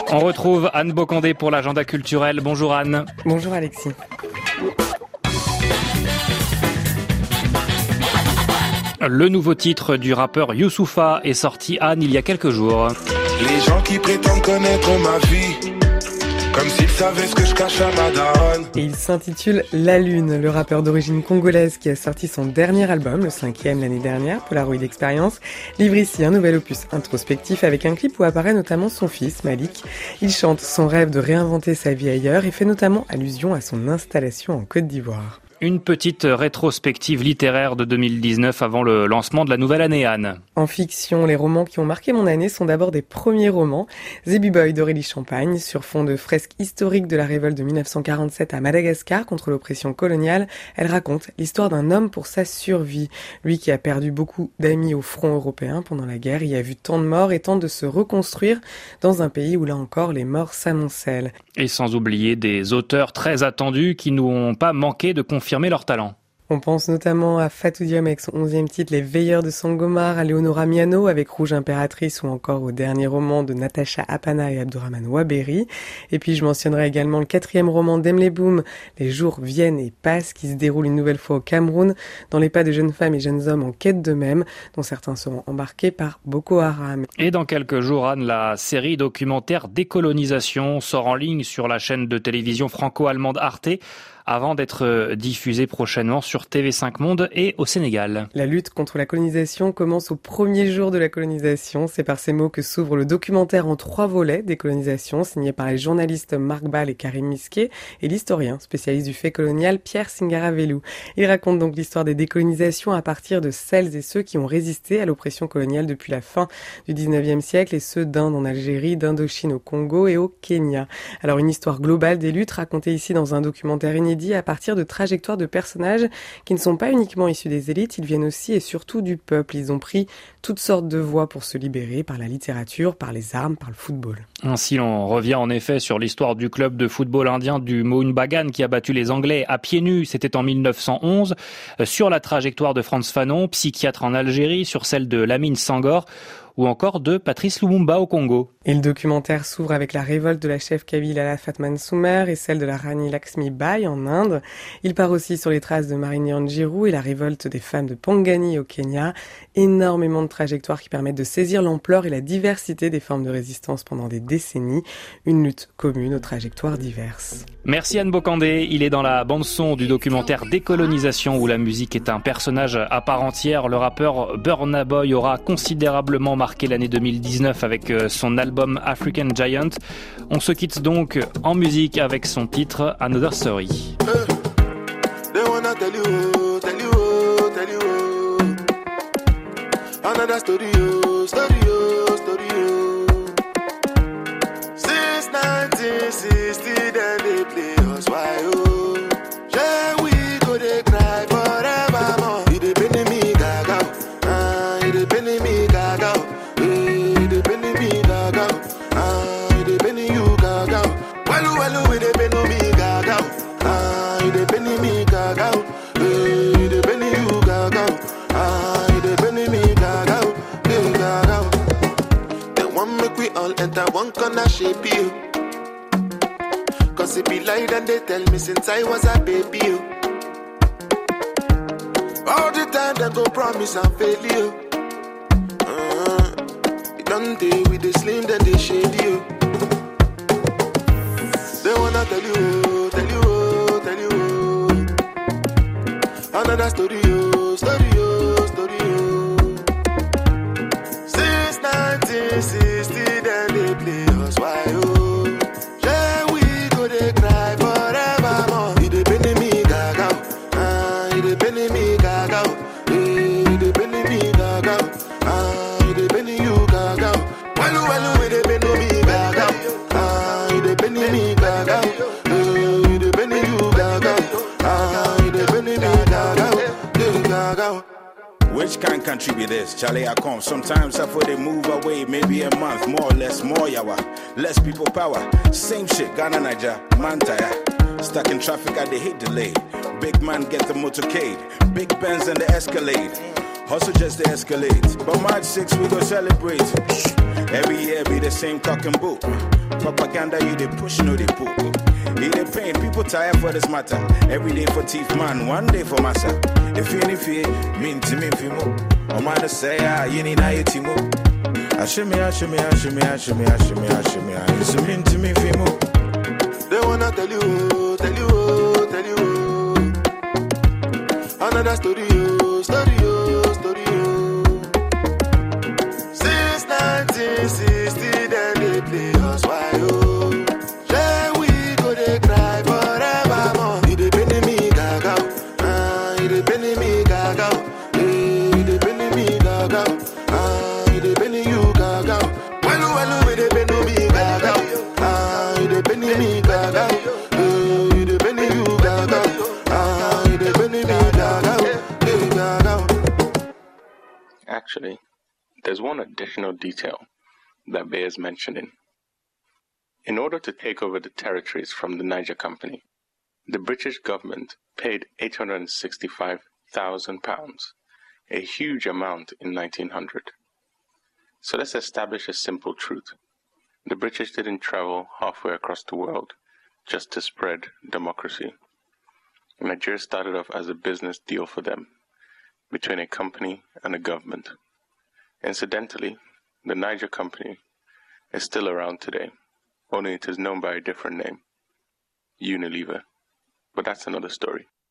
On retrouve Anne Bocandé pour l'agenda culturel. Bonjour Anne. Bonjour Alexis. Le nouveau titre du rappeur Youssoupha est sorti, Anne, il y a quelques jours. Les gens qui prétendent connaître ma vie, comme s'ils savaient ce que je cache à ma daronne. Et il s'intitule La Lune, le rappeur d'origine congolaise qui a sorti son dernier album, le 5e l'année dernière, Polaroid Experience, livre ici un nouvel opus introspectif avec un clip où apparaît notamment son fils, Malik. Il chante son rêve de réinventer sa vie ailleurs et fait notamment allusion à son installation en Côte d'Ivoire. Une petite rétrospective littéraire de 2019 avant le lancement de la nouvelle année, Anne. En fiction, les romans qui ont marqué mon année sont d'abord des premiers romans. Zébi Boy d'Aurélie Champagne, sur fond de fresques historiques de la révolte de 1947 à Madagascar contre l'oppression coloniale, elle raconte l'histoire d'un homme pour sa survie. Lui qui a perdu beaucoup d'amis au front européen pendant la guerre, y a vu tant de morts et tente de se reconstruire dans un pays où là encore les morts s'amoncellent. Et sans oublier des auteurs très attendus qui n'ont pas manqué de confirmer leur talent. On pense notamment à Fatou Diome avec son 11e titre Les Veilleurs de Sangomar, à Leonora Miano avec Rouge Impératrice ou encore au dernier roman de Natacha Apana et Abdourahmane Waberi. Et puis je mentionnerai également le 4e roman d'Emle Boum, Les jours viennent et passent, qui se déroule une nouvelle fois au Cameroun, dans les pas de jeunes femmes et jeunes hommes en quête d'eux-mêmes, dont certains seront embarqués par Boko Haram. Et dans quelques jours, Anne, la série documentaire Décolonisation sort en ligne sur la chaîne de télévision franco-allemande Arte, avant d'être diffusée prochainement sur TV5 Monde et au Sénégal. La lutte contre la colonisation commence au premier jour de la colonisation. C'est par ces mots que s'ouvre le documentaire en 3 volets, Décolonisation, signé par les journalistes Marc Ball et Karim Misquet, et l'historien spécialiste du fait colonial Pierre Singaravelou. Il raconte donc l'histoire des décolonisations à partir de celles et ceux qui ont résisté à l'oppression coloniale depuis la fin du 19e siècle, et ceux d'Inde en Algérie, d'Indochine au Congo et au Kenya. Alors une histoire globale des luttes racontée ici dans un documentaire inédit à partir de trajectoires de personnages qui ne sont pas uniquement issus des élites, ils viennent aussi et surtout du peuple. Ils ont pris toutes sortes de voies pour se libérer, par la littérature, par les armes, par le football. Ainsi, l'on revient en effet sur l'histoire du club de football indien du Mohun Bagan qui a battu les Anglais à pieds nus, c'était en 1911, sur la trajectoire de Frantz Fanon, psychiatre en Algérie, sur celle de Lamine Senghor, ou encore de Patrice Lumumba au Congo. Et le documentaire s'ouvre avec la révolte de la chef Kabyle Arafat Mansour et celle de la Rani Lakshmi Bai en Inde. Il part aussi sur les traces de Marini Andjirou et la révolte des femmes de Pangani au Kenya. Énormément de trajectoires qui permettent de saisir l'ampleur et la diversité des formes de résistance pendant des décennies. Une lutte commune aux trajectoires diverses. Merci Anne Bocandé. Il est dans la bande-son du documentaire Décolonisation où la musique est un personnage à part entière. Le rappeur Burna Boy aura considérablement marqué l'année 2019 avec son album African Giant. On se quitte donc en musique avec son titre Another Story. Another story, Since 1960, then they play us why oh. Yeah, we go they cry forevermore. It depend me gaga, it depend me gaga, it depend me gaga, it depend you gaga. Well, it depend me gaga, it depend me gaga, it depend you gaga, it depend me gaga, gaga. They want make we all enter one corner shape you. Cause it be lied and they tell me since I was a baby you. All the time they go promise and fail you. It don't day with the slim then they shade you. They wanna tell you, tell you, tell you another story, story, story. Since 1960 then they play us why oh. Yeah, we go they cry forevermore. It depend me gaga, it depend me gaga, it depend me gaga, it depend you gaga. Well, it depend me gaga, it depend me gaga, it depend you gaga, it depend me gaga. Which kind of country be this? Charlie, I come. Sometimes I feel they move away, maybe a month, more or less, more yawa. Less people power. Same shit, Ghana, Niger, man tire. Stuck in traffic, I they hate delay. Big man get the motorcade. Big Benz and the Escalade. Hustle just to escalate. But March 6 we go celebrate. Every year be the same cock and boot. Propaganda, you they push, no they poke. You they pain, people tired for this matter. Every day for teeth, man, one day for massa. If you mean to me, fimo. Oh man, say, you need a timo. Ashimi. It's mean to me, fimo. They wanna tell you. Another story. Since 1960, then they play us why oh. Yeah, we go they cry forevermore. You dey penny me gaga, you dey penny me gaga, you dey penny me gaga, you dey penny you gaga. Well, we dey penny me gaga, you dey penny me gaga, you dey penny you gaga, you dey penny me gaga. Actually, there's one additional detail that bears mentioning. In order to take over the territories from the Niger Company, the British government paid £865,000, a huge amount in 1900. So let's establish a simple truth. The British didn't travel halfway across the world just to spread democracy. Nigeria started off as a business deal for them, between a company and a government. Incidentally, the Niger Company is still around today, only it is known by a different name, Unilever. But that's another story.